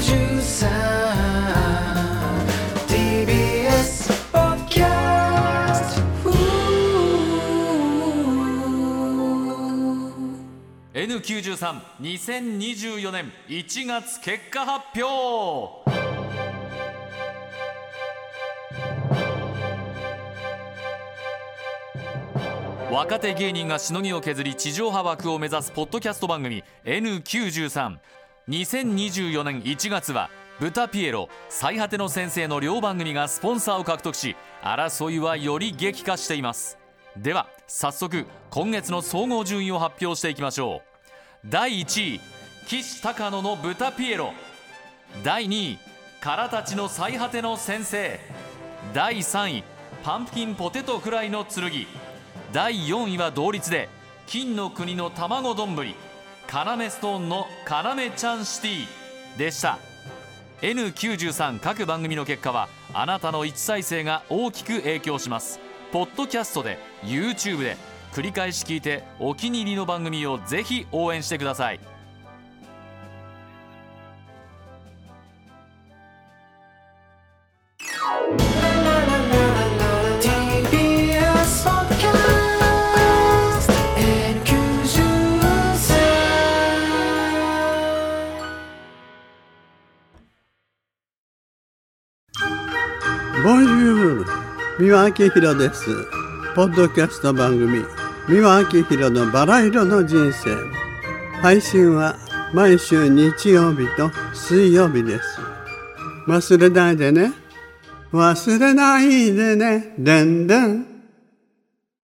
TBS ポッドキャスト N93 2024年1月結果発表。若手芸人がしのぎを削り地上波枠を目指すポッドキャスト番組 N93。 2024年1月はブタピエロ、最果ての先生の両番組がスポンサーを獲得し、争いはより激化しています。では早速今月の総合順位を発表していきましょう。第1位、岸高野のブタピエロ。第2位、カラたちの最果ての先生。第3位、パンプキンポテトフライの剣。第4位は同率で金の国の卵丼、カナメストーンのカナメちゃんシティでした。 N93 各番組の結果はあなたの1再生が大きく影響します。ポッドキャストで YouTube で繰り返し聞いてお気に入りの番組をぜひ応援してください。 ボンジュール、三輪明宏です。ポッドキャスト番組三輪明宏のバラ色の人生、配信は毎週日曜日と水曜日です。忘れないでね、忘れないでね、でんでん。